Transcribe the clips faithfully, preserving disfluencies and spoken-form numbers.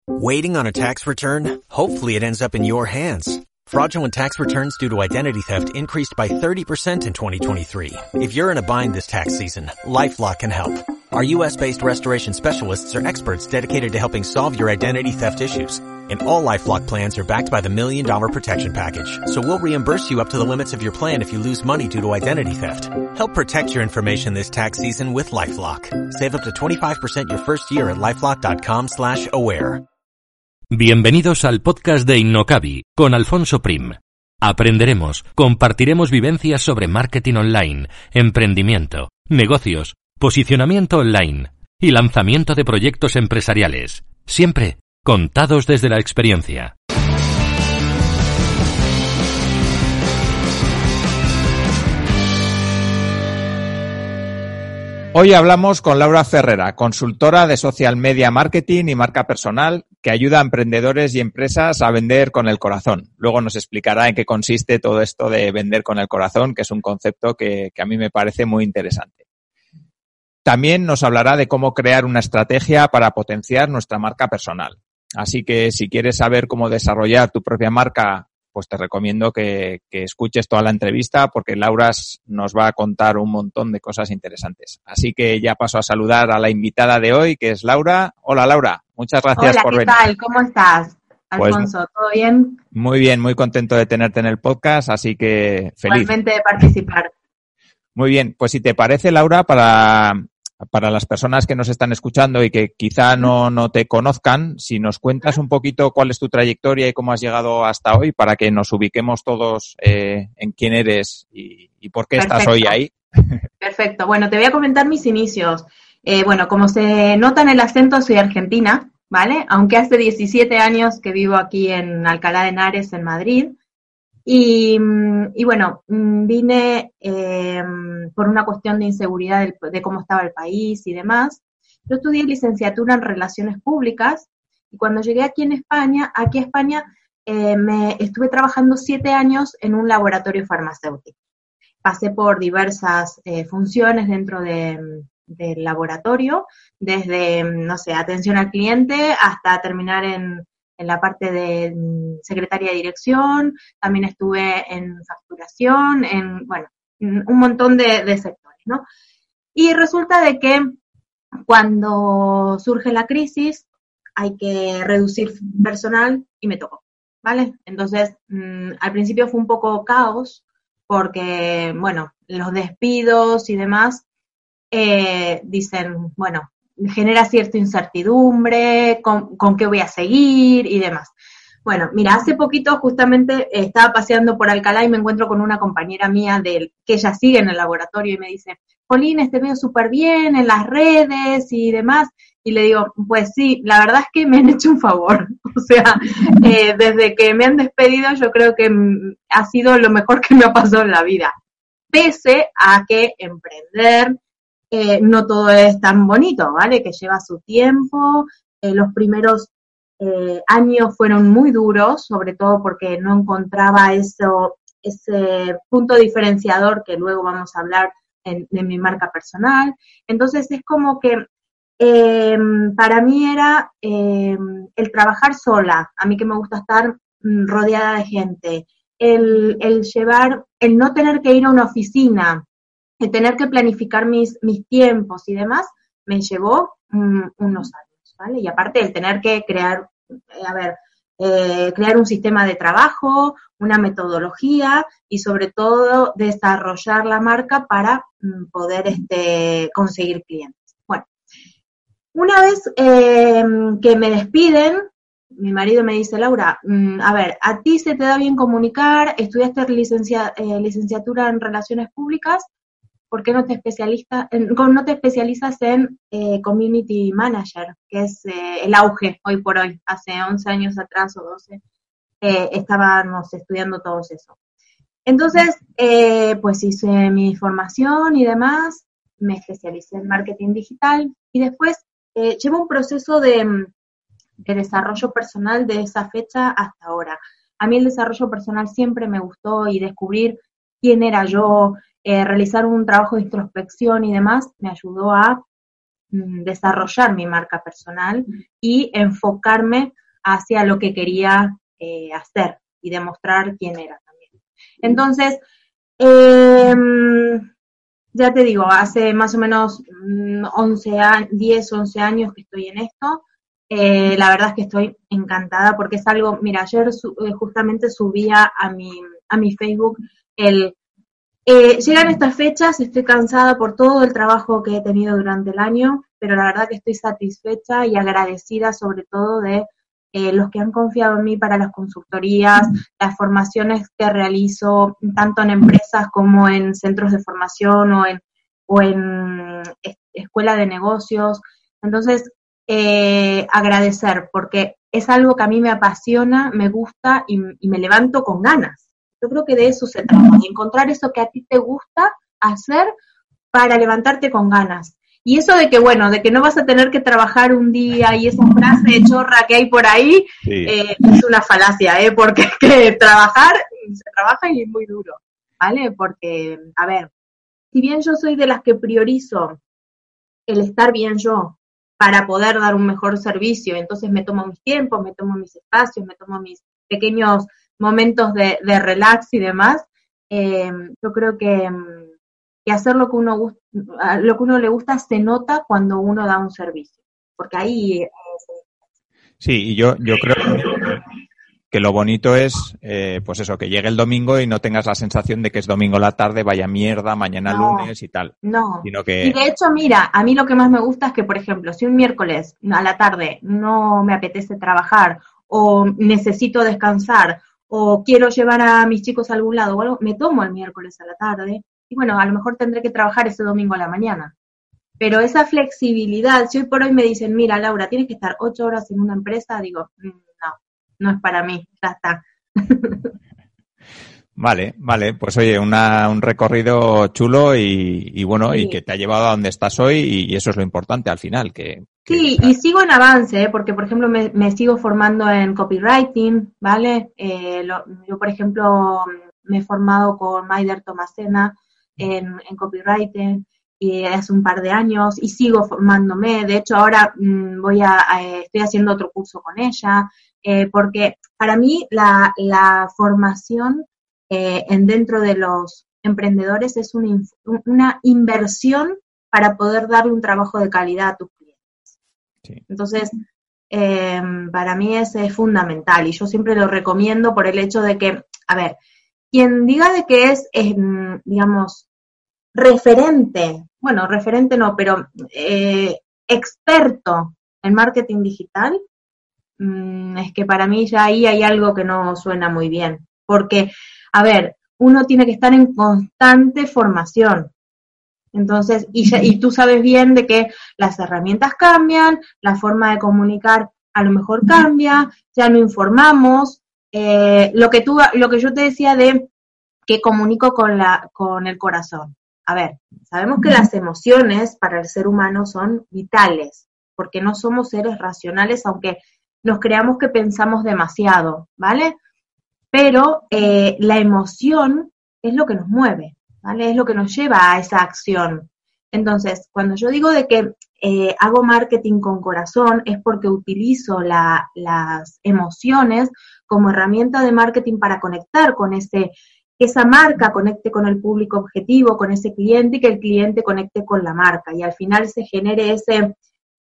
Waiting on a tax return? Hopefully it ends up in your hands. Fraudulent tax returns due to identity theft increased by thirty percent in twenty twenty-three. If you're in a bind this tax season, LifeLock can help. Our U S-based restoration specialists are experts dedicated to helping solve your identity theft issues. And all LifeLock plans are backed by the Million Dollar Protection Package. So we'll reimburse you up to the limits of your plan if you lose money due to identity theft. Help protect your information this tax season with LifeLock. Save up to twenty-five percent your first year at LifeLock.com slash aware. Bienvenidos al podcast de Innocabi con Alfonso Prim. Aprenderemos, compartiremos vivencias sobre marketing online, emprendimiento, negocios, posicionamiento online y lanzamiento de proyectos empresariales, siempre contados desde la experiencia. Hoy hablamos con Laura Ferrera, consultora de social media marketing y marca personal que ayuda a emprendedores y empresas a vender con el corazón. Luego nos explicará en qué consiste todo esto de vender con el corazón, que es un concepto que, que a mí me parece muy interesante. También nos hablará de cómo crear una estrategia para potenciar nuestra marca personal. Así que si quieres saber cómo desarrollar tu propia marca, pues te recomiendo que, que escuches toda la entrevista porque Laura nos va a contar un montón de cosas interesantes. Así que ya paso a saludar a la invitada de hoy, que es Laura. Hola, Laura. Muchas gracias Hola, por venir. Hola, ¿qué tal? ¿Cómo estás, Alfonso? Pues, ¿todo bien? Muy bien, muy contento de tenerte en el podcast, así que feliz. Igualmente de participar. Muy bien, pues si te parece, Laura, para... Para las personas que nos están escuchando y que quizá no, no te conozcan, si nos cuentas un poquito cuál es tu trayectoria y cómo has llegado hasta hoy para que nos ubiquemos todos eh, en quién eres y, y por qué Perfecto. Estás hoy ahí. Perfecto. Bueno, te voy a comentar mis inicios. Eh, bueno, como se nota en el acento, soy argentina, ¿vale? Aunque hace diecisiete años que vivo aquí en Alcalá de Henares, en Madrid. Y, y bueno, vine eh, por una cuestión de inseguridad de, de cómo estaba el país y demás. Yo estudié licenciatura en Relaciones Públicas y cuando llegué aquí en España, aquí a España, eh, me estuve trabajando siete años en un laboratorio farmacéutico. Pasé por diversas eh, funciones dentro de, del laboratorio, desde, no sé, atención al cliente hasta terminar en... en la parte de secretaria de dirección, también estuve en facturación, en, bueno, un montón de, de sectores, ¿no? Y resulta de que cuando surge la crisis hay que reducir personal y me tocó, ¿vale? Entonces, mmm, al principio fue un poco caos porque, bueno, los despidos y demás eh, dicen, bueno, genera cierta incertidumbre, con, con qué voy a seguir y demás. Bueno, mira, hace poquito justamente estaba paseando por Alcalá y me encuentro con una compañera mía del, que ella sigue en el laboratorio y me dice, Jolín, te veo súper bien en las redes y demás. Y le digo, pues sí, la verdad es que me han hecho un favor. O sea, eh, desde que me han despedido yo creo que ha sido lo mejor que me ha pasado en la vida. Pese a que emprender Eh, no todo es tan bonito, ¿vale? Que lleva su tiempo, eh, los primeros eh, años fueron muy duros, sobre todo porque no encontraba eso, ese punto diferenciador que luego vamos a hablar en, en mi marca personal. Entonces es como que eh, para mí era eh, el trabajar sola, a mí que me gusta estar mm, rodeada de gente, el, el llevar, el no tener que ir a una oficina, el tener que planificar mis, mis tiempos y demás, me llevó um, unos años, ¿vale? Y aparte el tener que crear, eh, a ver, eh, crear un sistema de trabajo, una metodología y sobre todo desarrollar la marca para um, poder este, conseguir clientes. Bueno, una vez eh, que me despiden, mi marido me dice, Laura, um, a ver, a ti se te da bien comunicar, estudiaste licencia, eh, licenciatura en Relaciones Públicas, ¿por qué no te, especializa, no te especializas en eh, Community Manager, que es eh, el auge hoy por hoy? Hace once años atrás o doce eh, estábamos estudiando todo eso. Entonces, eh, pues hice mi formación y demás, me especialicé en marketing digital y después eh, llevo un proceso de, de desarrollo personal de esa fecha hasta ahora. A mí el desarrollo personal siempre me gustó y descubrir quién era yo, eh, realizar un trabajo de introspección y demás, me ayudó a mm, desarrollar mi marca personal y enfocarme hacia lo que quería eh, hacer y demostrar quién era también. Entonces, eh, ya te digo, hace más o menos once, diez, once años que estoy en esto. Eh, la verdad es que estoy encantada porque es algo, mira, ayer su, eh, justamente subía a mi, a mi Facebook el, eh, llegan estas fechas, estoy cansada por todo el trabajo que he tenido durante el año, pero la verdad que estoy satisfecha y agradecida sobre todo de eh, los que han confiado en mí para las consultorías, las formaciones que realizo tanto en empresas como en centros de formación o en, o en es, escuela de negocios. Entonces, eh, agradecer, porque es algo que a mí me apasiona, me gusta y, y me levanto con ganas. Yo creo que de eso se trata, de encontrar eso que a ti te gusta hacer para levantarte con ganas. Y eso de que, bueno, de que no vas a tener que trabajar un día y esa frase chorra que hay por ahí, sí. eh, es una falacia, ¿eh? Porque es que trabajar, se trabaja y es muy duro, ¿vale? Porque, a ver, si bien yo soy de las que priorizo el estar bien yo para poder dar un mejor servicio, entonces me tomo mis tiempos, me tomo mis espacios, me tomo mis pequeños momentos de, de relax y demás, eh, yo creo que... que hacer lo que uno lo que uno le gusta se nota cuando uno da un servicio, porque ahí... Eh, sí, y yo, yo creo que lo bonito es, eh, pues eso, que llegue el domingo y no tengas la sensación de que es domingo a la tarde, vaya mierda, mañana no, lunes y tal. No, sino que... y de hecho, mira, a mí lo que más me gusta es que, por ejemplo, si un miércoles a la tarde no me apetece trabajar o necesito descansar o quiero llevar a mis chicos a algún lado o algo, me tomo el miércoles a la tarde. Y bueno, a lo mejor tendré que trabajar ese domingo a la mañana. Pero esa flexibilidad, si hoy por hoy me dicen, mira, Laura, tienes que estar ocho horas en una empresa, digo, no, no es para mí, ya está. Vale, vale, pues oye, una, un recorrido chulo y, y bueno, sí. y que te ha llevado a donde estás hoy y, y eso es lo importante al final. que, que Sí, y sigo en avance, ¿eh? Porque por ejemplo me, me sigo formando en copywriting, ¿vale? Eh, lo, yo por ejemplo me he formado con Maider Tomasena, En, en copywriting y hace un par de años y sigo formándome. De hecho ahora mmm, voy a, a estoy haciendo otro curso con ella eh, porque para mí la, la formación eh, en dentro de los emprendedores es una, una inversión para poder darle un trabajo de calidad a tus clientes. Sí. Entonces eh, para mí es, es fundamental y yo siempre lo recomiendo por el hecho de que, a ver, quien diga de que es, eh, digamos, referente, bueno, referente no, pero eh, experto en marketing digital, mmm, es que para mí ya ahí hay algo que no suena muy bien. Porque, a ver, uno tiene que estar en constante formación. Entonces, y, ya, y tú sabes bien de que las herramientas cambian, la forma de comunicar a lo mejor cambia, ya no informamos. Eh, lo que tú, lo que yo te decía de que comunico con la, con el corazón. A ver, sabemos que las emociones para el ser humano son vitales, porque no somos seres racionales, aunque nos creamos que pensamos demasiado, ¿vale? Pero eh, la emoción es lo que nos mueve, ¿vale? Es lo que nos lleva a esa acción. Entonces, cuando yo digo de que eh, hago marketing con corazón, es porque utilizo la, las emociones como herramienta de marketing para conectar con ese, que esa marca conecte con el público objetivo, con ese cliente, y que el cliente conecte con la marca, y al final se genere ese,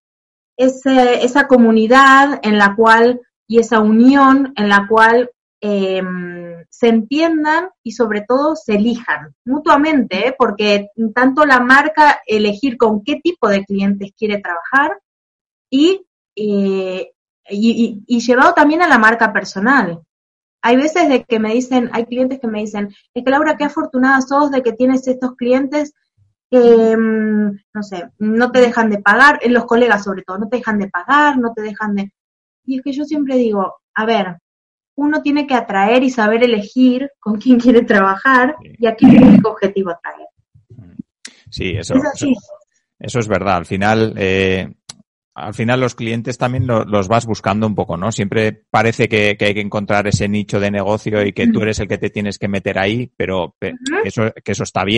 ese esa comunidad en la cual, y esa unión en la cual eh, se entiendan y sobre todo se elijan mutuamente, ¿eh? Porque tanto la marca elegir con qué tipo de clientes quiere trabajar y, eh, y, y, y llevado también a la marca personal. Hay veces de que me dicen, hay clientes que me dicen, es que Laura, qué afortunada sos de que tienes estos clientes que, no sé, no te dejan de pagar, los colegas sobre todo, no te dejan de pagar, no te dejan de... Y es que yo siempre digo, a ver, uno tiene que atraer y saber elegir con quién quiere trabajar y a qué público objetivo atraer. Sí, eso es, eso, eso es verdad. Al final, eh, al final los clientes también lo, los vas buscando un poco, ¿no? Siempre parece que, que hay que encontrar ese nicho de negocio y que uh-huh. tú eres el que te tienes que meter ahí, pero uh-huh. eso, que eso está bien,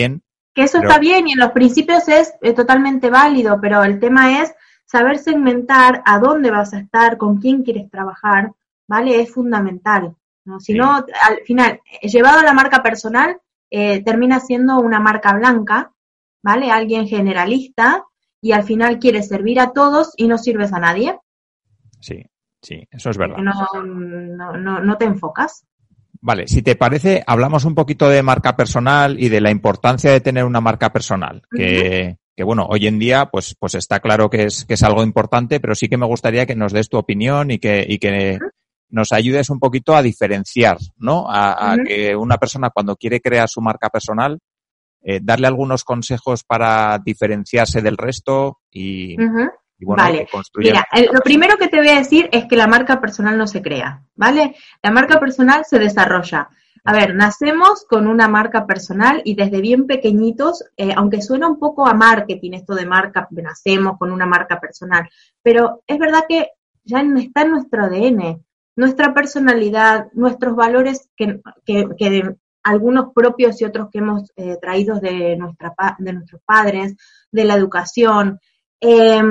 Que eso Pero, está bien y en los principios es eh, totalmente válido, pero el tema es saber segmentar a dónde vas a estar, con quién quieres trabajar, ¿vale? Es fundamental, ¿no? Si sí. no, al final, llevado a la marca personal, eh, termina siendo una marca blanca, ¿vale? Alguien generalista y al final quieres servir a todos y no sirves a nadie. Sí, sí, eso es verdad. No, no, no, no te enfocas. Vale, si te parece, hablamos un poquito de marca personal y de la importancia de tener una marca personal, que, uh-huh. que bueno, hoy en día pues, pues está claro que es, que es algo importante, pero sí que me gustaría que nos des tu opinión y que, y que uh-huh. nos ayudes un poquito a diferenciar, ¿no? A, a uh-huh. que una persona cuando quiere crear su marca personal, eh, darle algunos consejos para diferenciarse del resto y... Uh-huh. Y bueno, vale, mira, el, lo primero que te voy a decir es que la marca personal no se crea, ¿vale? La marca personal se desarrolla. A ver, nacemos con una marca personal y desde bien pequeñitos, eh, aunque suena un poco a marketing esto de marca, nacemos con una marca personal, pero es verdad que ya está en nuestro A D N, nuestra personalidad, nuestros valores que, que, que de, algunos propios y otros que hemos eh, traído de, nuestra, de nuestros padres, de la educación. Eh,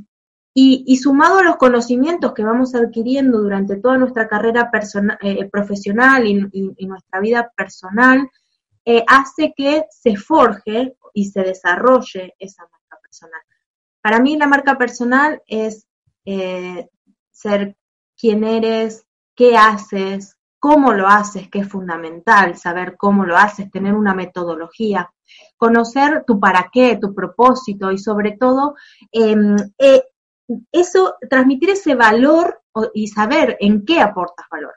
y, y sumado a los conocimientos que vamos adquiriendo durante toda nuestra carrera persona, eh, profesional y, y, y nuestra vida personal, eh, hace que se forje y se desarrolle esa marca personal. Para mí la marca personal es eh, ser quién eres, qué haces, cómo lo haces, que es fundamental, saber cómo lo haces, tener una metodología, conocer tu para qué, tu propósito y sobre todo eh, eh, eso, transmitir ese valor y saber en qué aportas valor.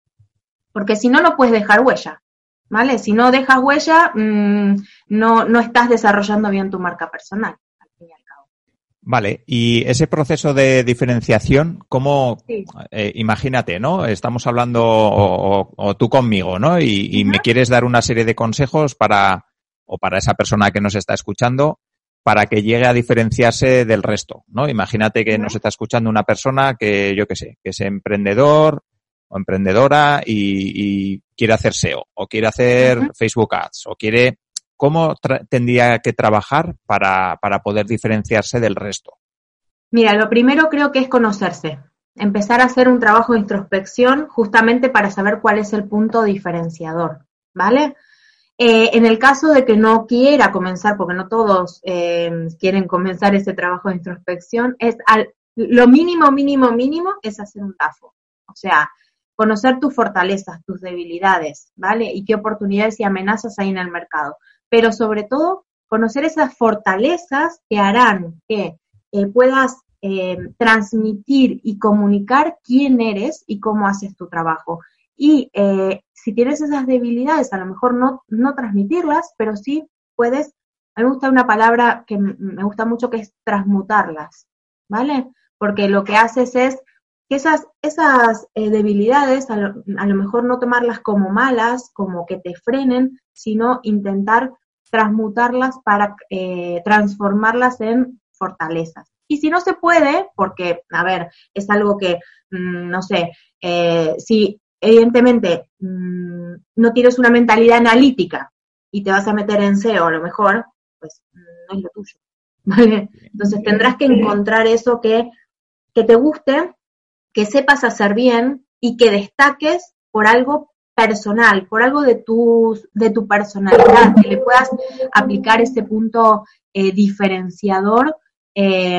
Porque si no, no puedes dejar huella, ¿vale? Si no dejas huella, mmm, no, no estás desarrollando bien tu marca personal, al fin y al cabo. Vale, y ese proceso de diferenciación, ¿cómo, sí. eh, imagínate, ¿no? Estamos hablando o, o, o tú conmigo, ¿no? Y, y uh-huh. me quieres dar una serie de consejos para, o para esa persona que nos está escuchando, para que llegue a diferenciarse del resto, ¿no? Imagínate que uh-huh. nos está escuchando una persona que, yo qué sé, que es emprendedor o emprendedora y, y quiere hacer S E O, o quiere hacer uh-huh. Facebook Ads, o quiere... ¿Cómo tra- tendría que trabajar para, para poder diferenciarse del resto? Mira, lo primero creo que es conocerse. Empezar a hacer un trabajo de introspección justamente para saber cuál es el punto diferenciador, ¿vale? Eh, en el caso de que no quiera comenzar, porque no todos eh, quieren comenzar ese trabajo de introspección, es al, lo mínimo, mínimo, mínimo es hacer un T A F O. O sea, conocer tus fortalezas, tus debilidades, ¿vale? Y qué oportunidades y amenazas hay en el mercado. Pero sobre todo, conocer esas fortalezas que harán que eh, puedas eh, transmitir y comunicar quién eres y cómo haces tu trabajo. Y eh, si tienes esas debilidades, a lo mejor no, no transmitirlas, pero sí puedes, a mí me gusta una palabra que me gusta mucho que es transmutarlas, ¿vale? Porque lo que haces es que esas, esas eh, debilidades, a lo, a lo mejor no tomarlas como malas, como que te frenen, sino intentar transmutarlas para eh, transformarlas en fortalezas. Y si no se puede, porque, a ver, es algo que, mmm, no sé, eh, si evidentemente mmm, no tienes una mentalidad analítica y te vas a meter en S E O, a lo mejor, pues no es lo tuyo, ¿vale? Entonces tendrás que encontrar eso que, que te guste, que sepas hacer bien y que destaques por algo personal, por algo de tu, de tu personalidad, que le puedas aplicar ese punto eh, diferenciador eh,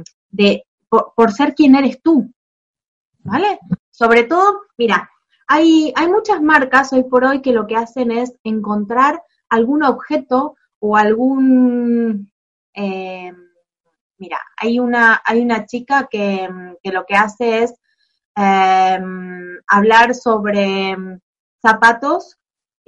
de por, por ser quien eres tú, ¿vale? Sobre todo, mira, hay, hay muchas marcas hoy por hoy que lo que hacen es encontrar algún objeto o algún... Eh, mira, hay una, hay una chica que, que lo que hace es eh, hablar sobre zapatos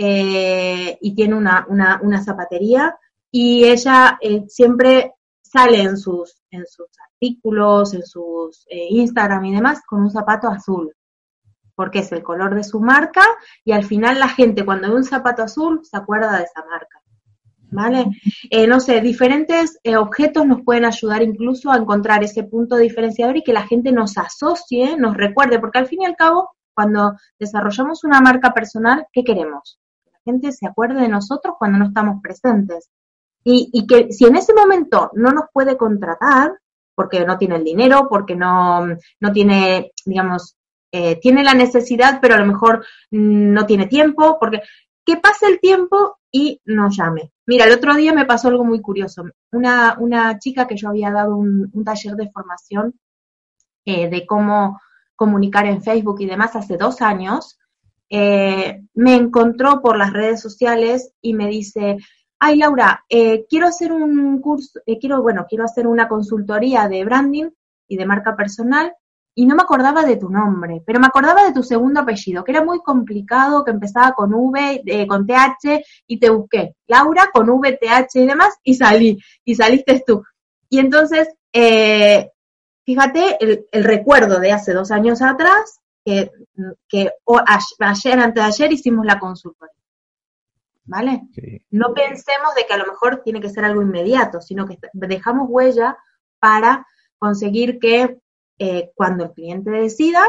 eh, y tiene una, una, una zapatería y ella eh, siempre sale en sus, en sus artículos, en sus eh, Instagram y demás con un zapato azul, porque es el color de su marca y al final la gente cuando ve un zapato azul se acuerda de esa marca, ¿vale? Eh, no sé, diferentes eh, objetos nos pueden ayudar incluso a encontrar ese punto diferenciador y que la gente nos asocie, nos recuerde, porque al fin y al cabo cuando desarrollamos una marca personal, ¿qué queremos? Que la gente se acuerde de nosotros cuando no estamos presentes. Y, y que si en ese momento no nos puede contratar, porque no tiene el dinero, porque no, no tiene, digamos, eh, tiene la necesidad, pero a lo mejor no tiene tiempo, porque que pase el tiempo y nos llame. Mira, el otro día me pasó algo muy curioso. Una, una chica que yo había dado un, un taller de formación eh, de cómo comunicar en Facebook y demás hace dos años, eh, me encontró por las redes sociales y me dice, ay Laura, eh, quiero hacer un curso, eh, quiero, bueno, quiero hacer una consultoría de branding y de marca personal, y no me acordaba de tu nombre, pero me acordaba de tu segundo apellido, que era muy complicado, que empezaba con V, eh, con T H, y te busqué, Laura, con V, T H y demás, y salí, y saliste tú. Y entonces, eh, fíjate, el, el recuerdo de hace dos años atrás, que, que o, ayer, antes de ayer, hicimos la consultoría. ¿Vale? Sí. No pensemos de que a lo mejor tiene que ser algo inmediato, sino que dejamos huella para conseguir que eh, cuando el cliente decida,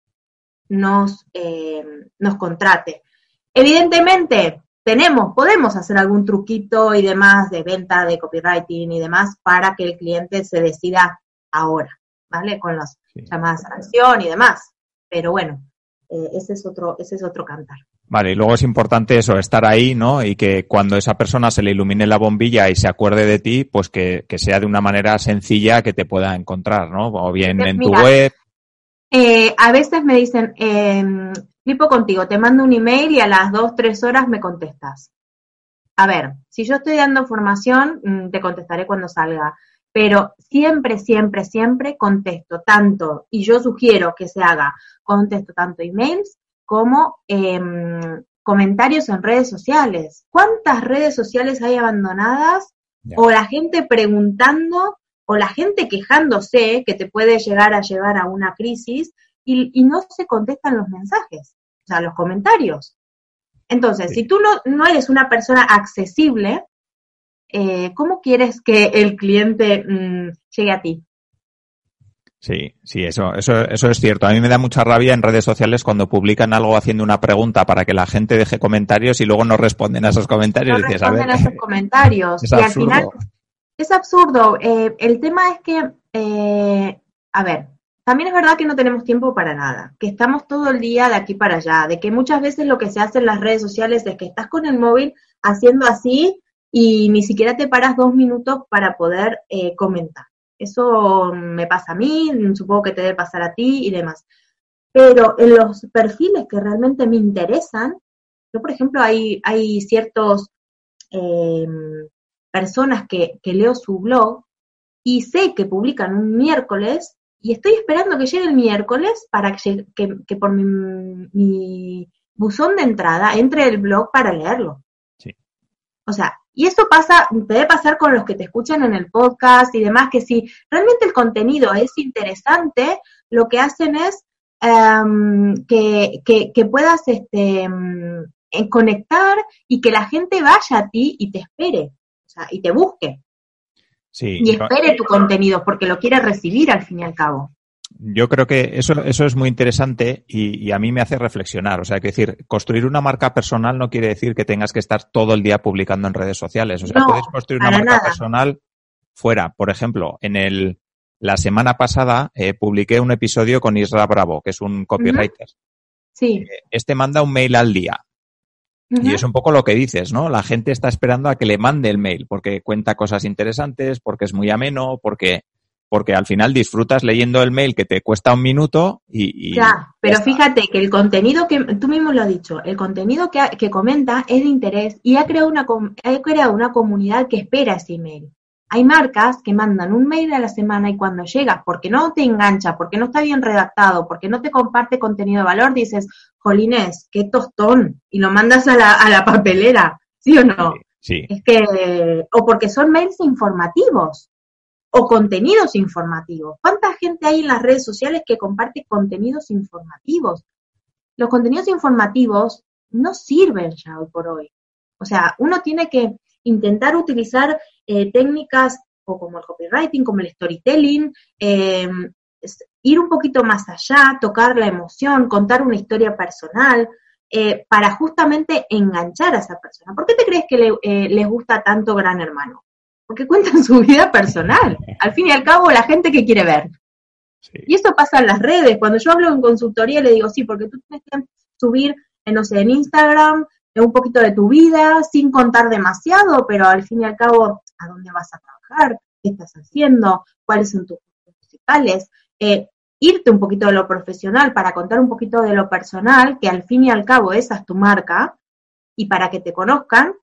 nos, eh, nos contrate. Evidentemente, tenemos, podemos hacer algún truquito y demás de venta, de copywriting y demás para que el cliente se decida ahora, ¿vale? Con las sí. llamadas a acción y demás. Pero bueno, eh, ese es otro, ese es otro cantar. Vale, y luego es importante eso, estar ahí, ¿no? Y que cuando esa persona se le ilumine la bombilla y se acuerde de ti, pues que, que sea de una manera sencilla que te pueda encontrar, ¿no? O bien pues en mira, tu web. Eh, a veces me dicen, eh, flipo contigo, te mando un email y a las dos, tres horas me contestas. A ver, si yo estoy dando formación, te contestaré cuando salga. Pero siempre, siempre, siempre contesto tanto, y yo sugiero que se haga, contesto tanto emails como eh, comentarios en redes sociales. ¿Cuántas redes sociales hay abandonadas? Yeah. O la gente preguntando, o la gente quejándose, que te puede llegar a llevar a una crisis, y, y no se contestan los mensajes, o sea, los comentarios. Entonces, sí. si tú no, no eres una persona accesible, eh, ¿cómo quieres que el cliente mmm, llegue a ti? Sí, sí, eso, eso, eso es cierto. A mí me da mucha rabia en redes sociales cuando publican algo haciendo una pregunta para que la gente deje comentarios y luego no responden a esos comentarios. No dices, responden a, ver, a esos comentarios. Es y absurdo. Al final es absurdo. Eh, el tema es que, eh, a ver, también es verdad que no tenemos tiempo para nada, que estamos todo el día de aquí para allá, de que muchas veces lo que se hace en las redes sociales es que estás con el móvil haciendo así y ni siquiera te paras dos minutos para poder eh, comentar. Eso me pasa a mí, supongo que te debe pasar a ti y demás. Pero en los perfiles que realmente me interesan, yo por ejemplo hay, hay ciertos eh, personas que, que leo su blog y sé que publican un miércoles y estoy esperando que llegue el miércoles para que, que, que por mi, mi buzón de entrada entre el blog para leerlo. Sí. O sea, y eso pasa, te debe pasar con los que te escuchan en el podcast y demás, que si realmente el contenido es interesante, lo que hacen es um, que, que, que puedas este, um, conectar y que la gente vaya a ti y te espere, o sea, y te busque. Sí, y espere tu contenido, porque lo quiere recibir al fin y al cabo. Yo creo que eso, eso es muy interesante y, y a mí me hace reflexionar. O sea, que decir, construir una marca personal no quiere decir que tengas que estar todo el día publicando en redes sociales. O sea, no, puedes construir una marca nada. personal fuera. Por ejemplo, en el la semana pasada eh, publiqué un episodio con Isra Bravo, que es un copywriter. Uh-huh. Sí. Este manda un mail al día. Uh-huh. Y es un poco lo que dices, ¿no? La gente está esperando a que le mande el mail porque cuenta cosas interesantes, porque es muy ameno, porque... porque al final disfrutas leyendo el mail que te cuesta un minuto y... y ya, pero ya fíjate que el contenido que, tú mismo lo has dicho, el contenido que, que comenta es de interés y ha creado, una, ha creado una comunidad que espera ese email. Hay marcas que mandan un mail a la semana y cuando llegas, porque no te engancha, porque no está bien redactado, porque no te comparte contenido de valor, dices, jolines, qué tostón, y lo mandas a la, a la papelera, ¿sí o no? Sí, sí. Es que, o porque son mails informativos. O contenidos informativos. ¿Cuánta gente hay en las redes sociales que comparte contenidos informativos? Los contenidos informativos no sirven ya hoy por hoy. O sea, uno tiene que intentar utilizar eh, técnicas o como el copywriting, como el storytelling, eh, ir un poquito más allá, tocar la emoción, contar una historia personal, eh, para justamente enganchar a esa persona. ¿Por qué te crees que le, eh, les gusta tanto Gran Hermano? porque cuentan su vida personal. Al fin y al cabo, la gente que quiere ver. Sí. Y eso pasa en las redes. Cuando yo hablo en consultoría, le digo, sí, porque tú tienes que subir, no sé, en Instagram, un poquito de tu vida, sin contar demasiado, pero al fin y al cabo, ¿a dónde vas a trabajar? ¿Qué estás haciendo? ¿Cuáles son tus principales? Eh, irte un poquito de lo profesional para contar un poquito de lo personal, que al fin y al cabo esa es tu marca, y para que te conozcan.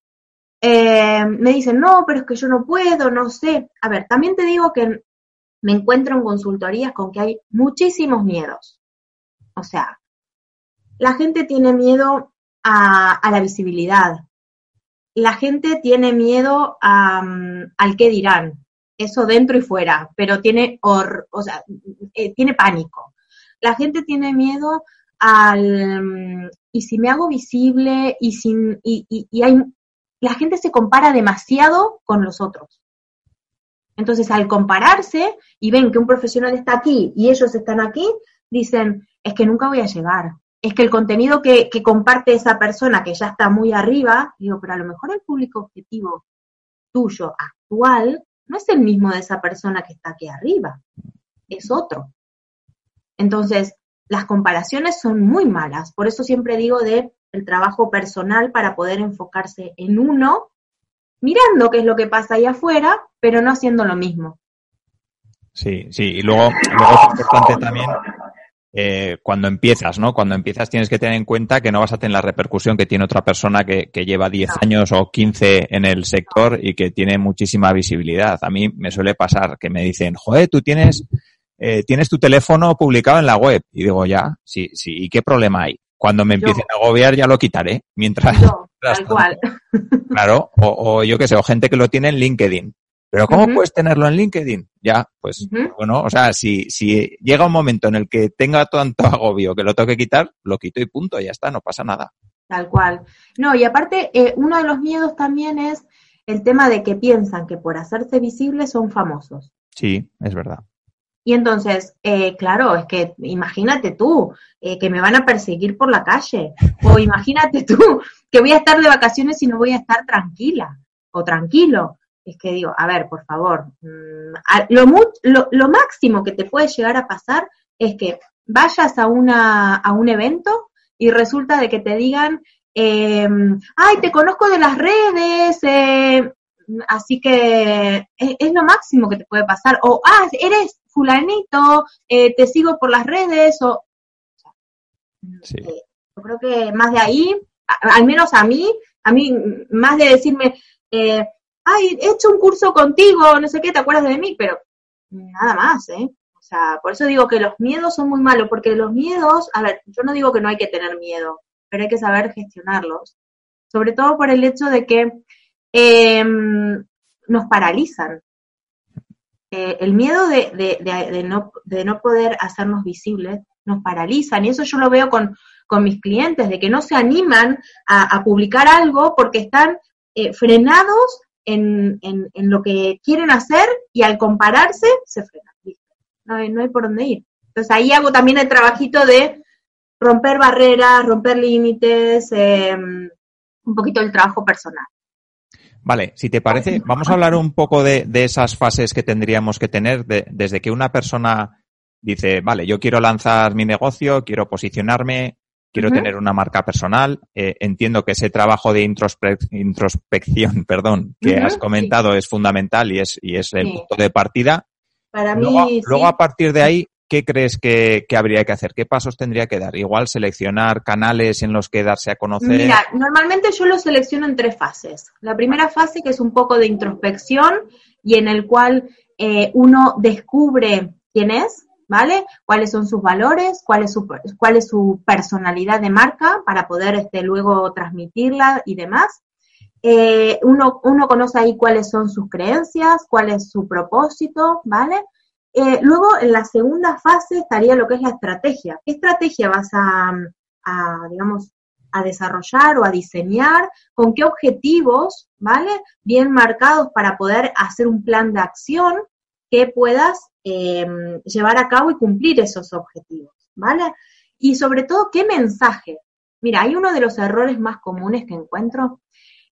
Eh, me dicen, no, pero es que yo no puedo, no sé. A ver, también te digo que me encuentro en consultorías con que hay muchísimos miedos. O sea, la gente tiene miedo a, a la visibilidad. La gente tiene miedo a, um, al qué dirán. Eso dentro y fuera, pero tiene, or, o sea, eh, tiene pánico. La gente tiene miedo al, um, y si me hago visible, y, sin, y, y, y hay, la gente se compara demasiado con los otros. Entonces, al compararse y ven que un profesional está aquí y ellos están aquí, dicen, es que nunca voy a llegar. Es que el contenido que, que comparte esa persona que ya está muy arriba, digo, pero a lo mejor el público objetivo tuyo actual no es el mismo de esa persona que está aquí arriba, es otro. Entonces, las comparaciones son muy malas. Por eso siempre digo de el trabajo personal para poder enfocarse en uno, mirando qué es lo que pasa ahí afuera, pero no haciendo lo mismo. Sí, sí, y luego, luego es importante también eh, cuando empiezas, ¿no? Cuando empiezas tienes que tener en cuenta que no vas a tener la repercusión que tiene otra persona que, que lleva diez no. años o quince en el sector y que tiene muchísima visibilidad. A mí me suele pasar que me dicen, joder, tú tienes, eh, tienes tu teléfono publicado en la web. Y digo, ya, sí, sí, ¿y qué problema hay? Cuando me empiecen yo. a agobiar ya lo quitaré. Mientras, yo, mientras tal cual. Claro, o, o yo qué sé, o gente que lo tiene en LinkedIn. Pero ¿cómo uh-huh. puedes tenerlo en LinkedIn? Ya, pues, uh-huh. bueno, o sea, si, si llega un momento en el que tenga tanto agobio que lo tengo que quitar, lo quito y punto, ya está, no pasa nada. Tal cual. No, y aparte, eh, uno de los miedos también es el tema de que piensan que por hacerse visibles son famosos. Sí, es verdad. Y entonces, eh, claro, es que imagínate tú, eh, que me van a perseguir por la calle, o imagínate tú, que voy a estar de vacaciones y no voy a estar tranquila, o tranquilo. Es que digo, a ver, por favor, mmm, a, lo, mu- lo, lo máximo que te puede llegar a pasar es que vayas a una a un evento y resulta de que te digan, eh, ay, te conozco de las redes, eh, así que es, es lo máximo que te puede pasar, o, ah, eres fulanito, eh, te sigo por las redes, o... Sí. Eh, yo creo que más de ahí, a, al menos a mí, a mí, más de decirme... Eh, ay, he hecho un curso contigo, no sé qué, ¿te acuerdas de mí? Pero nada más, ¿eh? O sea, por eso digo que los miedos son muy malos, porque los miedos, a ver, yo no digo que no hay que tener miedo, pero hay que saber gestionarlos. Sobre todo por el hecho de que eh, nos paralizan. Eh, el miedo de, de, de, de, no, de no poder hacernos visibles nos paralizan, y eso yo lo veo con, con mis clientes, de que no se animan a, a publicar algo porque están eh, frenados En, en, en lo que quieren hacer y al compararse se frenan. No hay, no hay por dónde ir. Entonces ahí hago también el trabajito de romper barreras, romper límites, eh, un poquito el trabajo personal. Vale, si te parece, vamos a hablar un poco de, de esas fases que tendríamos que tener de, desde que una persona dice, vale, yo quiero lanzar mi negocio, quiero posicionarme, quiero uh-huh. tener una marca personal. Eh, entiendo que ese trabajo de introspe- introspección, perdón, que uh-huh, has comentado sí. es fundamental y es y es el sí. punto de partida. Para luego, mí, luego sí. a partir de ahí, ¿qué crees que, que habría que hacer? ¿Qué pasos tendría que dar? Igual seleccionar canales en los que darse a conocer. Mira, normalmente yo lo selecciono en tres fases. La primera fase, que es un poco de introspección y en el cual eh, uno descubre quién es, ¿vale? Cuáles son sus valores, cuál es su, cuál es su personalidad de marca para poder este, luego transmitirla y demás. Eh, uno, uno conoce ahí cuáles son sus creencias, cuál es su propósito, ¿vale? Eh, luego, en la segunda fase estaría lo que es la estrategia. ¿Qué estrategia vas a, a, digamos, a desarrollar o a diseñar? ¿Con qué objetivos, ¿vale? Bien marcados para poder hacer un plan de acción que puedas eh, llevar a cabo y cumplir esos objetivos, ¿vale? Y sobre todo, ¿qué mensaje? Mira, hay uno de los errores más comunes que encuentro,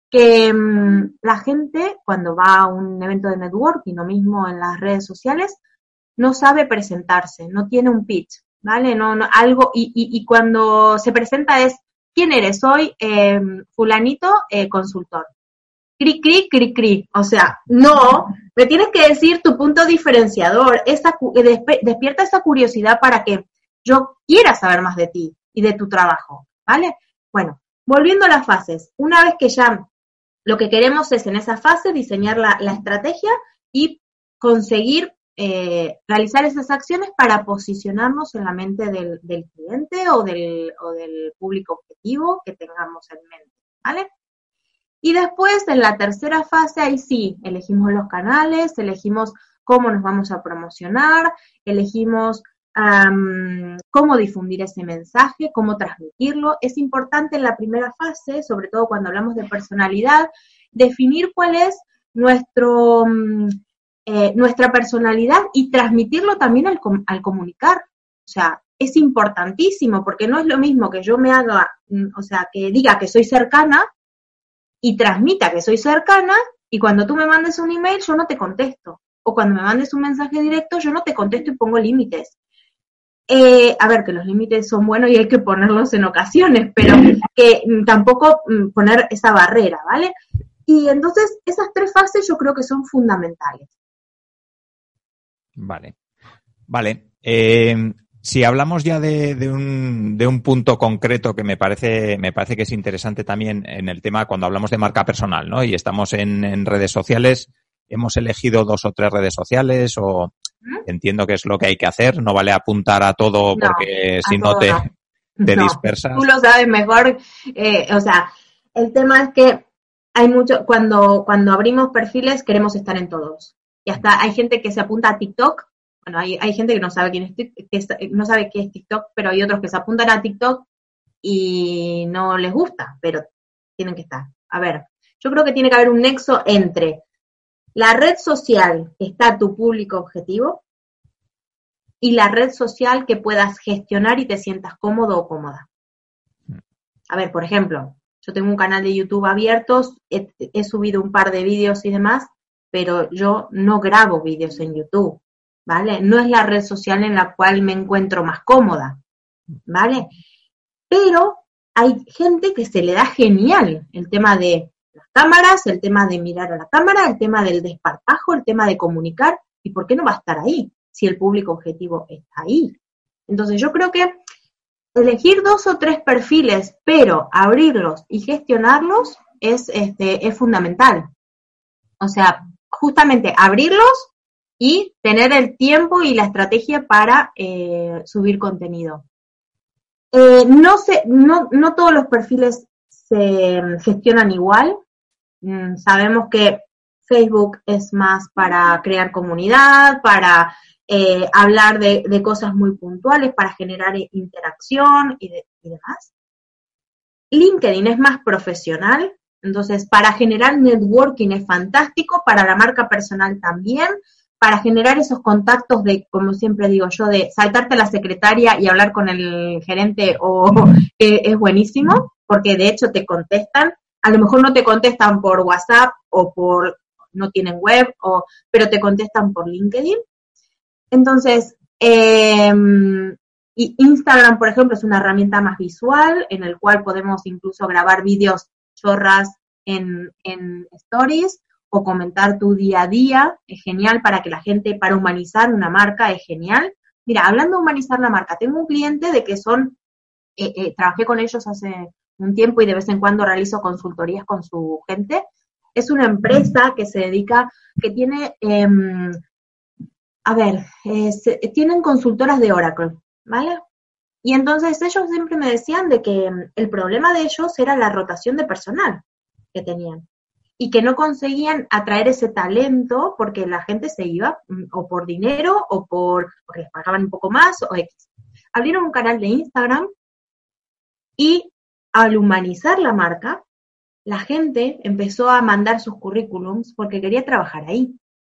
que mmm, la gente cuando va a un evento de networking o mismo en las redes sociales no sabe presentarse, no tiene un pitch, ¿vale? No, no algo y, y, y cuando se presenta es ¿quién eres? Soy eh, fulanito eh, consultor. Cri, cri, cri, cri. O sea, no, me tienes que decir tu punto diferenciador, esa, despierta esa curiosidad para que yo quiera saber más de ti y de tu trabajo, ¿vale? Bueno, volviendo a las fases, una vez que ya lo que queremos es en esa fase diseñar la, la estrategia y conseguir eh, realizar esas acciones para posicionarnos en la mente del, del cliente o del, o del público objetivo que tengamos en mente, ¿vale? Y después, en la tercera fase, ahí sí, elegimos los canales, elegimos cómo nos vamos a promocionar, elegimos um, cómo difundir ese mensaje, cómo transmitirlo. Es importante en la primera fase, sobre todo cuando hablamos de personalidad, definir cuál es nuestro, um, eh, nuestra personalidad y transmitirlo también al, al comunicar. O sea, es importantísimo, porque no es lo mismo que yo me haga, o sea, que diga que soy cercana, y transmita que soy cercana, y cuando tú me mandes un email yo no te contesto, o cuando me mandes un mensaje directo yo no te contesto y pongo límites. Eh, a ver, que los límites son buenos y hay que ponerlos en ocasiones, pero que tampoco poner esa barrera, ¿vale? Y entonces esas tres fases yo creo que son fundamentales. Vale, vale. Eh... Si hablamos ya de, de, un, de un punto concreto que me parece, me parece que es interesante también en el tema cuando hablamos de marca personal, ¿no? Y estamos en, en redes sociales, hemos elegido dos o tres redes sociales o ¿Mm? Entiendo que es lo que hay que hacer, no vale apuntar a todo porque no, si no te, no. te no. dispersas. Tú lo sabes mejor, eh, o sea, el tema es que hay mucho, cuando, cuando abrimos perfiles queremos estar en todos. Y hasta hay gente que se apunta a TikTok. Bueno, hay, hay gente que no sabe quién es, que es, no sabe qué es TikTok, pero hay otros que se apuntan a TikTok y no les gusta, pero tienen que estar. A ver, yo creo que tiene que haber un nexo entre la red social que está tu público objetivo y la red social que puedas gestionar y te sientas cómodo o cómoda. A ver, por ejemplo, yo tengo un canal de YouTube abierto, he, he subido un par de vídeos y demás, pero yo no grabo vídeos en YouTube. ¿Vale? No es la red social en la cual me encuentro más cómoda, ¿vale? Pero hay gente que se le da genial el tema de las cámaras, el tema de mirar a la cámara, el tema del desparpajo, el tema de comunicar, ¿y por qué no va a estar ahí si el público objetivo está ahí? Entonces yo creo que elegir dos o tres perfiles, pero abrirlos y gestionarlos es, este, es fundamental. O sea, justamente abrirlos y tener el tiempo y la estrategia para eh, subir contenido. Eh, no sé, no, no todos los perfiles se gestionan igual. Mm, sabemos que Facebook es más para crear comunidad, para eh, hablar de, de cosas muy puntuales, para generar interacción y, de, y demás. LinkedIn es más profesional, entonces para generar networking es fantástico, para la marca personal también, para generar esos contactos de, como siempre digo yo, de saltarte a la secretaria y hablar con el gerente o eh, es buenísimo, porque de hecho te contestan, a lo mejor no te contestan por WhatsApp o por, no tienen web, o pero te contestan por LinkedIn. Entonces, eh, y Instagram, por ejemplo, es una herramienta más visual, en el cual podemos incluso grabar vídeos chorras en, en stories, o comentar tu día a día, es genial para que la gente, para humanizar una marca, es genial. Mira, hablando de humanizar la marca, tengo un cliente de que son, eh, eh, trabajé con ellos hace un tiempo y de vez en cuando realizo consultorías con su gente. Es una empresa que se dedica, que tiene, eh, a ver, eh, se, tienen consultoras de Oracle, ¿vale? Y entonces ellos siempre me decían de que el problema de ellos era la rotación de personal que tenían. Y que no conseguían atraer ese talento porque la gente se iba o por dinero o por porque les pagaban un poco más o X. Abrieron un canal de Instagram y al humanizar la marca, la gente empezó a mandar sus currículums porque quería trabajar ahí.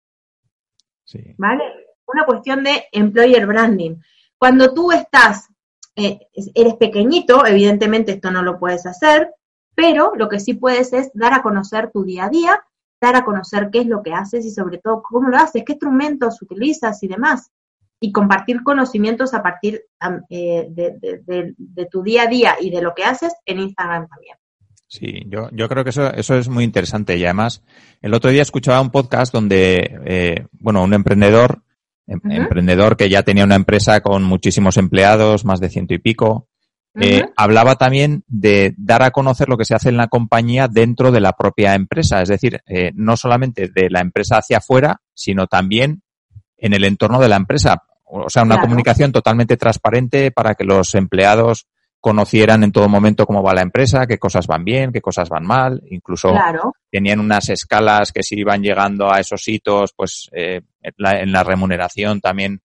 Sí. ¿Vale? Una cuestión de employer branding. Cuando tú estás, eh, eres pequeñito, evidentemente esto no lo puedes hacer, pero lo que sí puedes es dar a conocer tu día a día, dar a conocer qué es lo que haces y sobre todo cómo lo haces, qué instrumentos utilizas y demás. Y compartir conocimientos a partir eh, de, de, de, de tu día a día y de lo que haces en Instagram también. Sí, yo, yo creo que eso, eso es muy interesante y además el otro día escuchaba un podcast donde, eh, bueno, un emprendedor, em, uh-huh. emprendedor que ya tenía una empresa con muchísimos empleados, más de ciento y pico, eh, uh-huh. hablaba también de dar a conocer lo que se hace en la compañía dentro de la propia empresa, es decir, eh, no solamente de la empresa hacia afuera, sino también en el entorno de la empresa. O sea, una claro. comunicación totalmente transparente para que los empleados conocieran en todo momento cómo va la empresa, qué cosas van bien, qué cosas van mal. Incluso claro. tenían unas escalas que si iban llegando a esos hitos, pues eh, en, la, en la remuneración también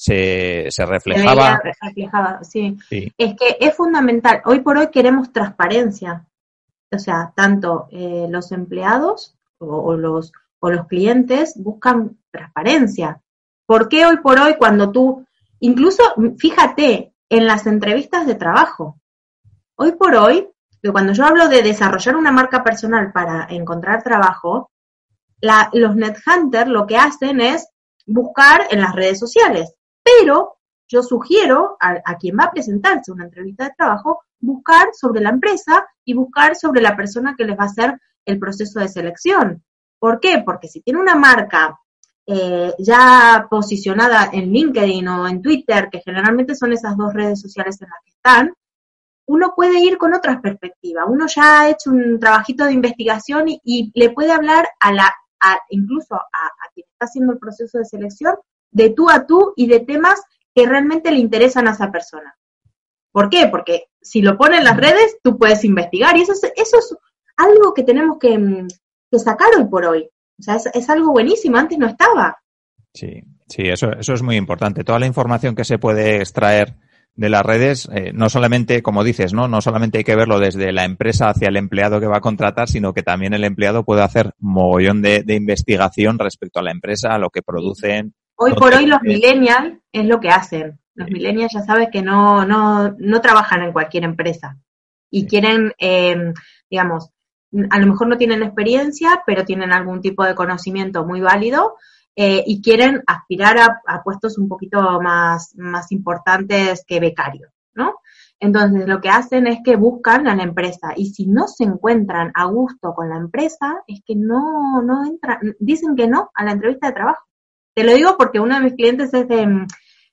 se, se reflejaba. Se reflejaba, sí. sí. Es que es fundamental. Hoy por hoy queremos transparencia. O sea, tanto eh, los empleados o, o, los, o los clientes buscan transparencia. ¿Por qué hoy por hoy cuando tú, incluso, fíjate, en las entrevistas de trabajo, hoy por hoy, cuando yo hablo de desarrollar una marca personal para encontrar trabajo, la, los NetHunter lo que hacen es buscar en las redes sociales, pero yo sugiero a, a quien va a presentarse una entrevista de trabajo, buscar sobre la empresa y buscar sobre la persona que les va a hacer el proceso de selección. ¿Por qué? Porque si tiene una marca Eh, ya posicionada en LinkedIn o en Twitter, que generalmente son esas dos redes sociales en las que están, uno puede ir con otras perspectivas. Uno ya ha hecho un trabajito de investigación y, y le puede hablar a la, a, incluso a, a quien está haciendo el proceso de selección, de tú a tú y de temas que realmente le interesan a esa persona. ¿Por qué? Porque si lo pone en las redes, tú puedes investigar y eso es, eso es algo que tenemos que, que sacar hoy por hoy. O sea, es, es algo buenísimo, antes no estaba. Sí, sí, eso, eso es muy importante. Toda la información que se puede extraer de las redes, eh, no solamente, como dices, ¿no? No solamente hay que verlo desde la empresa hacia el empleado que va a contratar, sino que también el empleado puede hacer mogollón de, de investigación respecto a la empresa, a lo que producen. Hoy por hoy los millennials es lo que hacen. Los sí. millennials ya sabes que no, no, no trabajan en cualquier empresa y sí. quieren, eh, digamos, a lo mejor no tienen experiencia, pero tienen algún tipo de conocimiento muy válido eh, y quieren aspirar a, a puestos un poquito más, más importantes que becarios, ¿no? Entonces, lo que hacen es que buscan a la empresa y si no se encuentran a gusto con la empresa, es que no, no entran, dicen que no a la entrevista de trabajo. Te lo digo porque uno de mis clientes es de,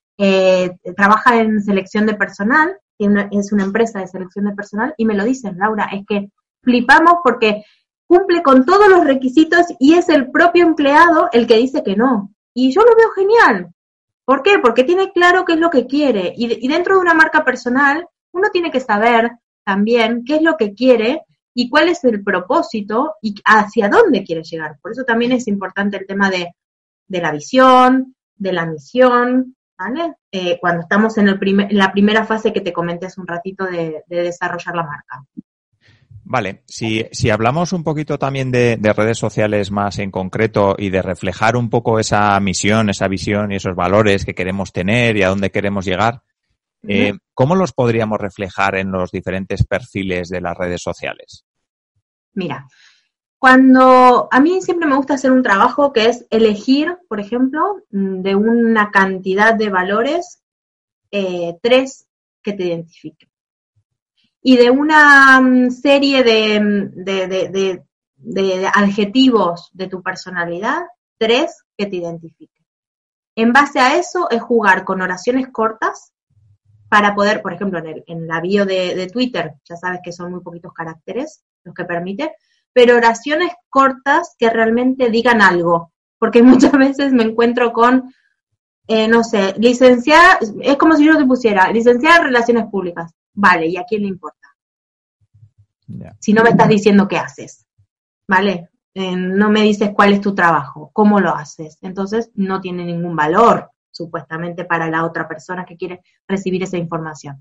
eh, trabaja en selección de personal, tiene, es una empresa de selección de personal y me lo dicen, Laura, es que flipamos porque cumple con todos los requisitos y es el propio empleado el que dice que no. Y yo lo veo genial. ¿Por qué? Porque tiene claro qué es lo que quiere. Y, de, y dentro de una marca personal, uno tiene que saber también qué es lo que quiere y cuál es el propósito y hacia dónde quiere llegar. Por eso también es importante el tema de, de la visión, de la misión, ¿vale? Eh, cuando estamos en, el primer, en la primera fase que te comenté hace un ratito de, de desarrollar la marca. Vale, si, si hablamos un poquito también de, de redes sociales más en concreto y de reflejar un poco esa misión, esa visión y esos valores que queremos tener y a dónde queremos llegar, eh, ¿cómo los podríamos reflejar en los diferentes perfiles de las redes sociales? Mira, cuando a mí siempre me gusta hacer un trabajo que es elegir, por ejemplo, de una cantidad de valores, eh, tres que te identifiquen. Y de una serie de, de, de, de, de adjetivos de tu personalidad, tres que te identifiquen. En base a eso es jugar con oraciones cortas para poder, por ejemplo, en, el, en la bio de, de Twitter, ya sabes que son muy poquitos caracteres los que permite, pero oraciones cortas que realmente digan algo. Porque muchas veces me encuentro con, eh, no sé, licenciada, es como si yo te pusiera, licenciada en Relaciones Públicas. Vale, ¿y a quién le importa? Yeah. Si no me estás diciendo qué haces, ¿vale? Eh, no me dices cuál es tu trabajo, cómo lo haces. Entonces, no tiene ningún valor, supuestamente, para la otra persona que quiere recibir esa información.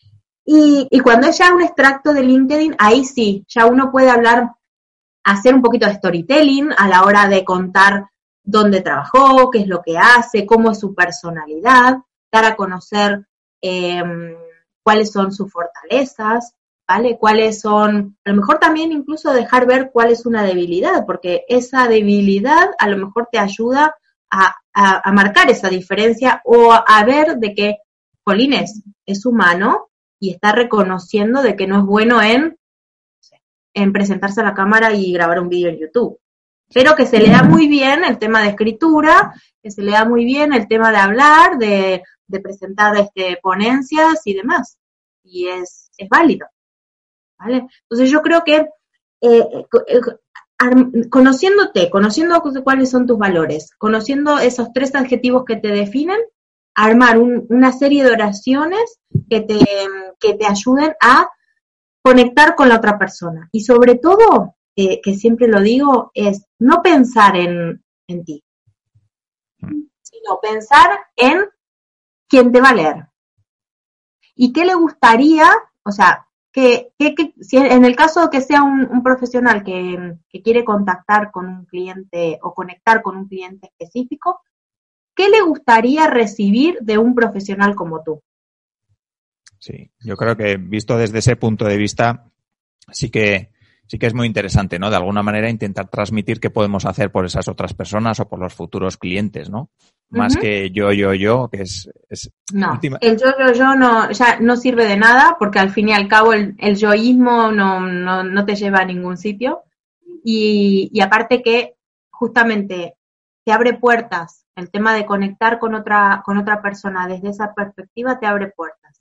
Y, y cuando es ya un extracto de LinkedIn, ahí sí, ya uno puede hablar, hacer un poquito de storytelling a la hora de contar dónde trabajó, qué es lo que hace, cómo es su personalidad, dar a conocer eh, cuáles son sus fortalezas, ¿vale? Cuáles son, a lo mejor también incluso dejar ver cuál es una debilidad, porque esa debilidad a lo mejor te ayuda a, a, a marcar esa diferencia o a, a ver de que, jolines, es humano y está reconociendo de que no es bueno en, en presentarse a la cámara y grabar un vídeo en YouTube. Pero que se le da muy bien el tema de escritura, que se le da muy bien el tema de hablar, de, de presentar este, ponencias y demás. Y es, es válido. ¿Vale? Entonces yo creo que eh, conociéndote, conociendo cuáles son tus valores, conociendo esos tres adjetivos que te definen, armar un, una serie de oraciones que te, que te ayuden a conectar con la otra persona. Y sobre todo, eh, que siempre lo digo, es no pensar en, en ti, sino pensar en quién te va a leer. ¿Y qué le gustaría? O sea, que, que, que si en el caso de que sea un, un profesional que, que quiere contactar con un cliente o conectar con un cliente específico, ¿qué le gustaría recibir de un profesional como tú? Sí, yo creo que visto desde ese punto de vista, sí que sí que es muy interesante, ¿no? De alguna manera intentar transmitir qué podemos hacer por esas otras personas o por los futuros clientes, ¿no? Más uh-huh. que yo, yo, yo, que es... es no, última... el yo, yo, yo no, ya no sirve de nada porque al fin y al cabo el, el yoísmo no, no, no te lleva a ningún sitio y, y aparte que justamente te abre puertas, el tema de conectar con otra, con otra persona desde esa perspectiva te abre puertas.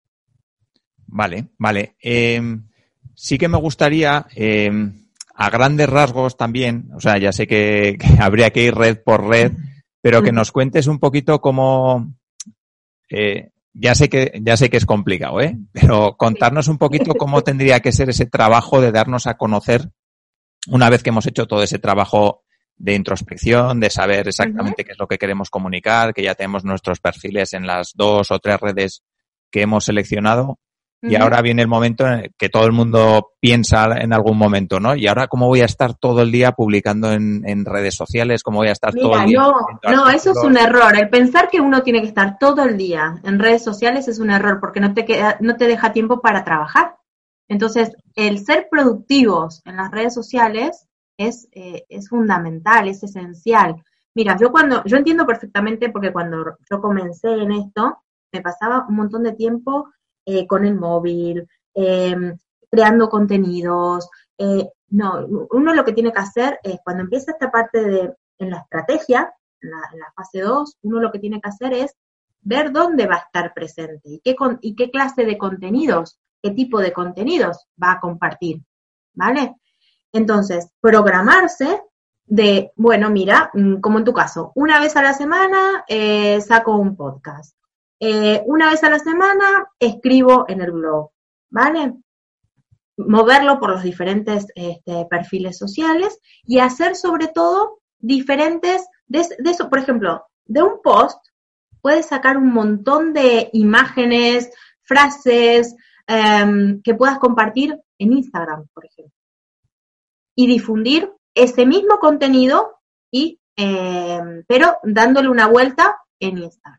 Vale, vale. Eh, sí que me gustaría... Eh, a grandes rasgos también, o sea, ya sé que, que habría que ir red por red, pero que nos cuentes un poquito cómo, eh, ya sé que ya sé que es complicado, ¿eh? Pero contarnos un poquito cómo tendría que ser ese trabajo de darnos a conocer una vez que hemos hecho todo ese trabajo de introspección, de saber exactamente uh-huh. qué es lo que queremos comunicar, que ya tenemos nuestros perfiles en las dos o tres redes que hemos seleccionado. Y ahora viene el momento en el que todo el mundo piensa en algún momento, ¿no? Y ahora, ¿cómo voy a estar todo el día publicando en, en redes sociales? ¿Cómo voy a estar Mira, todo el día? No, no, eso es un error. El pensar que uno tiene que estar todo el día en redes sociales es un error porque no te queda, no te deja tiempo para trabajar. Entonces, el ser productivos en las redes sociales es, eh, es fundamental, es esencial. Mira, yo cuando, yo entiendo perfectamente porque cuando yo comencé en esto, me pasaba un montón de tiempo Eh, con el móvil, eh, creando contenidos. Eh, no, uno lo que tiene que hacer es, cuando empieza esta parte de, en la estrategia, en la, en la fase dos, uno lo que tiene que hacer es ver dónde va a estar presente y qué, con, y qué clase de contenidos, qué tipo de contenidos va a compartir, ¿vale? Entonces, programarse de, bueno, mira, como en tu caso, una vez a la semana eh, saco un podcast. Eh, una vez a la semana escribo en el blog, ¿vale? Moverlo por los diferentes este, perfiles sociales y hacer sobre todo diferentes, de, de eso, por ejemplo, de un post puedes sacar un montón de imágenes, frases eh, que puedas compartir en Instagram, por ejemplo, y difundir ese mismo contenido, y, eh, pero dándole una vuelta en Instagram.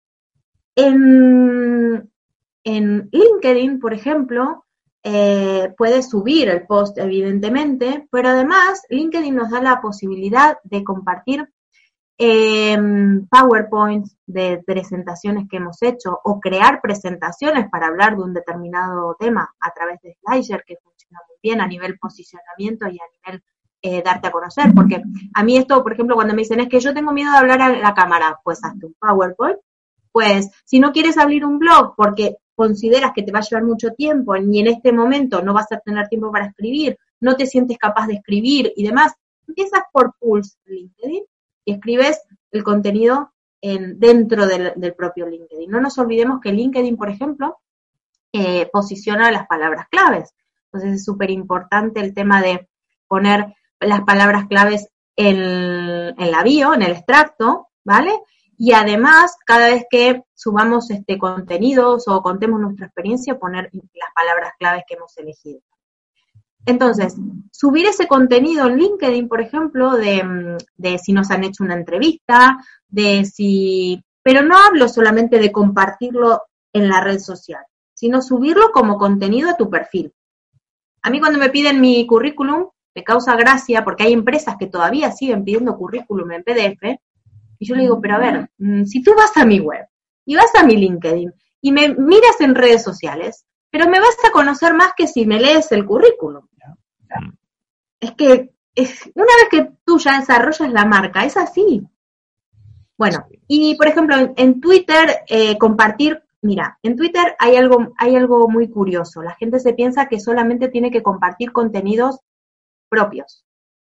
En, en LinkedIn, por ejemplo, eh, puedes subir el post, evidentemente, pero además LinkedIn nos da la posibilidad de compartir eh, PowerPoints de presentaciones que hemos hecho o crear presentaciones para hablar de un determinado tema a través de Slider, que funciona muy bien a nivel posicionamiento y a nivel eh, darte a conocer. Porque a mí esto, por ejemplo, cuando me dicen es que yo tengo miedo de hablar a la cámara, pues hazte un PowerPoint. Pues, si no quieres abrir un blog porque consideras que te va a llevar mucho tiempo y en este momento no vas a tener tiempo para escribir, no te sientes capaz de escribir y demás, empiezas por Pulse LinkedIn y escribes el contenido en, dentro del, del propio LinkedIn. No nos olvidemos que LinkedIn, por ejemplo, eh, posiciona las palabras claves. Entonces es súper importante el tema de poner las palabras claves en, en la bio, en el extracto, ¿vale? Y además, cada vez que subamos este contenidos o contemos nuestra experiencia, poner las palabras claves que hemos elegido. Entonces, subir ese contenido en LinkedIn, por ejemplo, de, de si nos han hecho una entrevista, de si... Pero no hablo solamente de compartirlo en la red social, sino subirlo como contenido a tu perfil. A mí cuando me piden mi currículum, me causa gracia porque hay empresas que todavía siguen pidiendo currículum en P D F, y yo le digo, pero a ver, si tú vas a mi web y vas a mi LinkedIn y me miras en redes sociales, pero me vas a conocer más que si me lees el currículum. Es que es, una vez que tú ya desarrollas la marca, es así. Bueno, y por ejemplo, en, en Twitter, eh, compartir, mira, en Twitter hay algo, hay algo muy curioso. La gente se piensa que solamente tiene que compartir contenidos propios.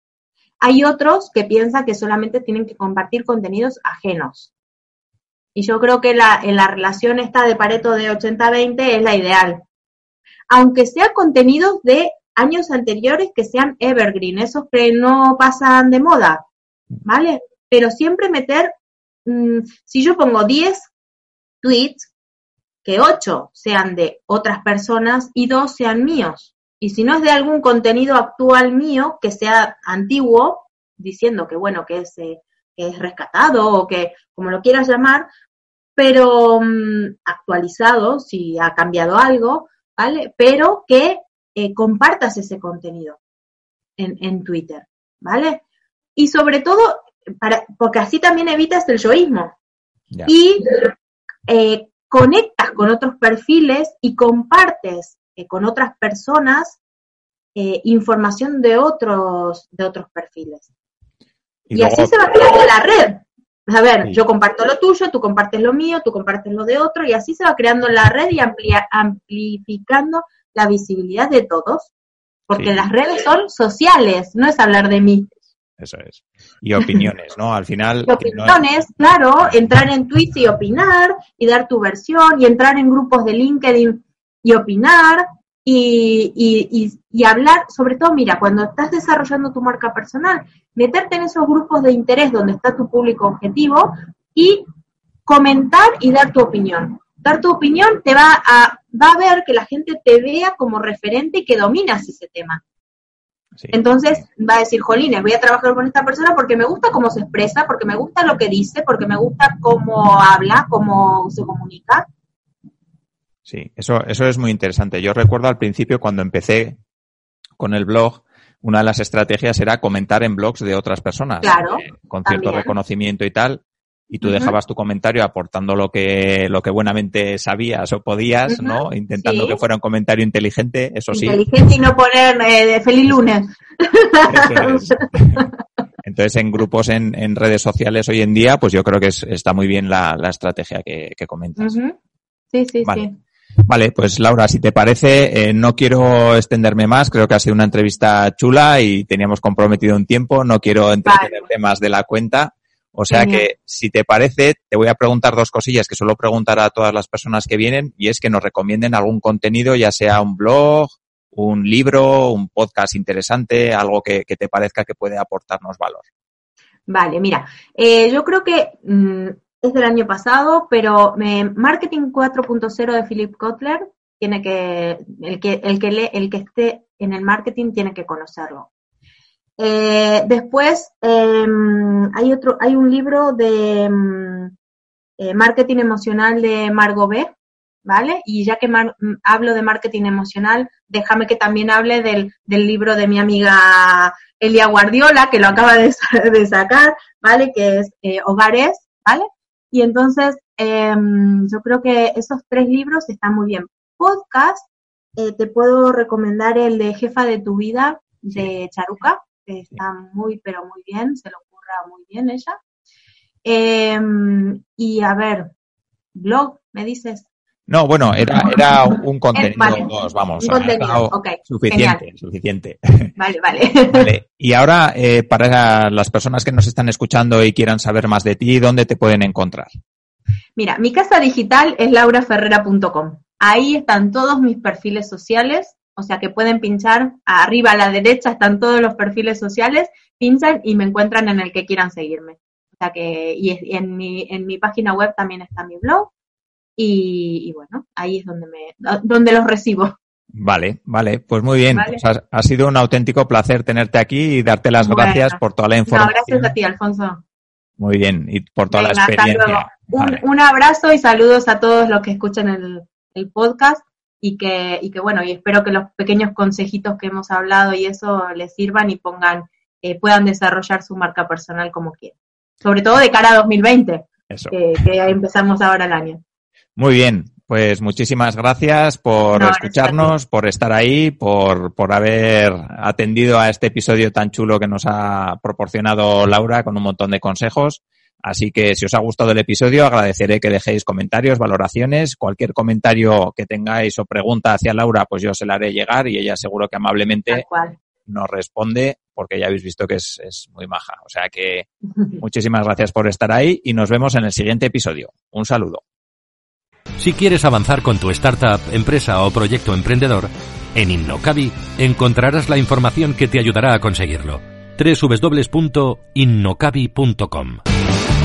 Hay otros que piensan que solamente tienen que compartir contenidos ajenos. Y yo creo que la, en la relación esta de Pareto de ochenta veinte es la ideal. Aunque sea contenidos de años anteriores que sean evergreen, esos que no pasan de moda, ¿vale? Pero siempre meter, mmm, si yo pongo diez tweets, que ocho sean de otras personas y dos sean míos. Y si no es de algún contenido actual mío, que sea antiguo, diciendo que bueno, que es, eh, que es rescatado o que, como lo quieras llamar, pero mmm, actualizado, si ha cambiado algo, ¿vale? Pero que eh, compartas ese contenido en, en Twitter, ¿vale? Y sobre todo, para, porque así también evitas el yoísmo. Yeah. Y eh, conectas con otros perfiles y compartes eh, con otras personas eh, información de otros, de otros perfiles. Y, y luego, así se va creando la red. A ver, sí. Yo comparto lo tuyo, tú compartes lo mío, tú compartes lo de otro, y así se va creando la red y amplia, amplificando la visibilidad de todos. Porque sí. Las redes son sociales, no es hablar de mí. Eso es. Y opiniones, ¿no? Al final... Y opiniones, no... claro, entrar en tweets y opinar, y dar tu versión, y entrar en grupos de LinkedIn y opinar, y, y, y, y hablar, sobre todo, mira, cuando estás desarrollando tu marca personal, meterte en esos grupos de interés donde está tu público objetivo y comentar y dar tu opinión. Dar tu opinión te va a, va a ver que la gente te vea como referente y que dominas ese tema. Sí. Entonces va a decir, jolines, voy a trabajar con esta persona porque me gusta cómo se expresa, porque me gusta lo que dice, porque me gusta cómo habla, cómo se comunica. Sí, eso, eso es muy interesante. Yo recuerdo al principio cuando empecé con el blog, una de las estrategias era comentar en blogs de otras personas. Claro. Eh, con cierto también. Reconocimiento y tal. Y tú uh-huh. dejabas tu comentario aportando lo que lo que buenamente sabías o podías, uh-huh. ¿no? Intentando sí. que fuera un comentario inteligente, eso inteligente sí. Inteligente y no poner eh, feliz lunes. Es. Entonces, en grupos en, en redes sociales hoy en día, pues yo creo que es, está muy bien la, la estrategia que, que comentas. Uh-huh. Sí, sí, vale. sí. Vale, pues Laura, si te parece, eh, no quiero extenderme más, creo que ha sido una entrevista chula y teníamos comprometido un tiempo, no quiero entretenerte vale. más de la cuenta, o sea Genial. que si te parece, te voy a preguntar dos cosillas que suelo preguntar a todas las personas que vienen, y es que nos recomienden algún contenido, ya sea un blog, un libro, un podcast interesante, algo que, que te parezca que puede aportarnos valor. Vale, mira, eh, yo creo que... Mmm, es del año pasado, pero eh, Marketing cuatro punto cero de Philip Kotler, tiene que, el que, el que lee, el que esté en el marketing tiene que conocerlo. Eh, después, eh, hay otro, hay un libro de eh, marketing emocional de Margot B, ¿vale? Y ya que mar, hablo de marketing emocional, déjame que también hable del, del libro de mi amiga Elia Guardiola, que lo acaba de, de sacar, ¿vale? Que es eh, Hogares, ¿vale? Y entonces, eh, yo creo que esos tres libros están muy bien. Podcast, eh, te puedo recomendar el de Jefa de tu Vida, de Charuca, que está muy, pero muy bien, se lo ocurra muy bien ella. Eh, y a ver, blog, ¿me dices? No, bueno, era, era un contenido, vale. dos, vamos. Un contenido, ok. Suficiente, Genial. suficiente. Vale, vale. Vale. Y ahora, eh, para las personas que nos están escuchando y quieran saber más de ti, ¿dónde te pueden encontrar? Mira, mi casa digital es laura ferrera punto com. Ahí están todos mis perfiles sociales, o sea que pueden pinchar, arriba a la derecha están todos los perfiles sociales, pinchan y me encuentran en el que quieran seguirme. O sea que, y en mi, en mi página web también está mi blog. Y, y bueno, ahí es donde me donde los recibo. Vale, vale, pues muy bien. ¿Vale? Pues ha, ha sido un auténtico placer tenerte aquí y darte las bueno. gracias por toda la información. No, gracias a ti, Alfonso. Muy bien, y por toda Venga, la experiencia. Un, vale. un abrazo y saludos a todos los que escuchan el, el podcast y que, y que bueno, y espero que los pequeños consejitos que hemos hablado y eso les sirvan y pongan, eh, puedan desarrollar su marca personal como quieran. Sobre todo de cara a dos mil veinte, Eso. Que, que empezamos ahora el año. Muy bien, pues muchísimas gracias por No, escucharnos, por estar ahí, por, por haber atendido a este episodio tan chulo que nos ha proporcionado Laura con un montón de consejos. Así que si os ha gustado el episodio, agradeceré que dejéis comentarios, valoraciones, cualquier comentario que tengáis o pregunta hacia Laura, pues yo se la haré llegar y ella seguro que amablemente nos responde, porque ya habéis visto que es, es muy maja. O sea que muchísimas gracias por estar ahí y nos vemos en el siguiente episodio. Un saludo. Si quieres avanzar con tu startup, empresa o proyecto emprendedor, en Innocabi encontrarás la información que te ayudará a conseguirlo. doble u doble u doble u punto innocabi punto com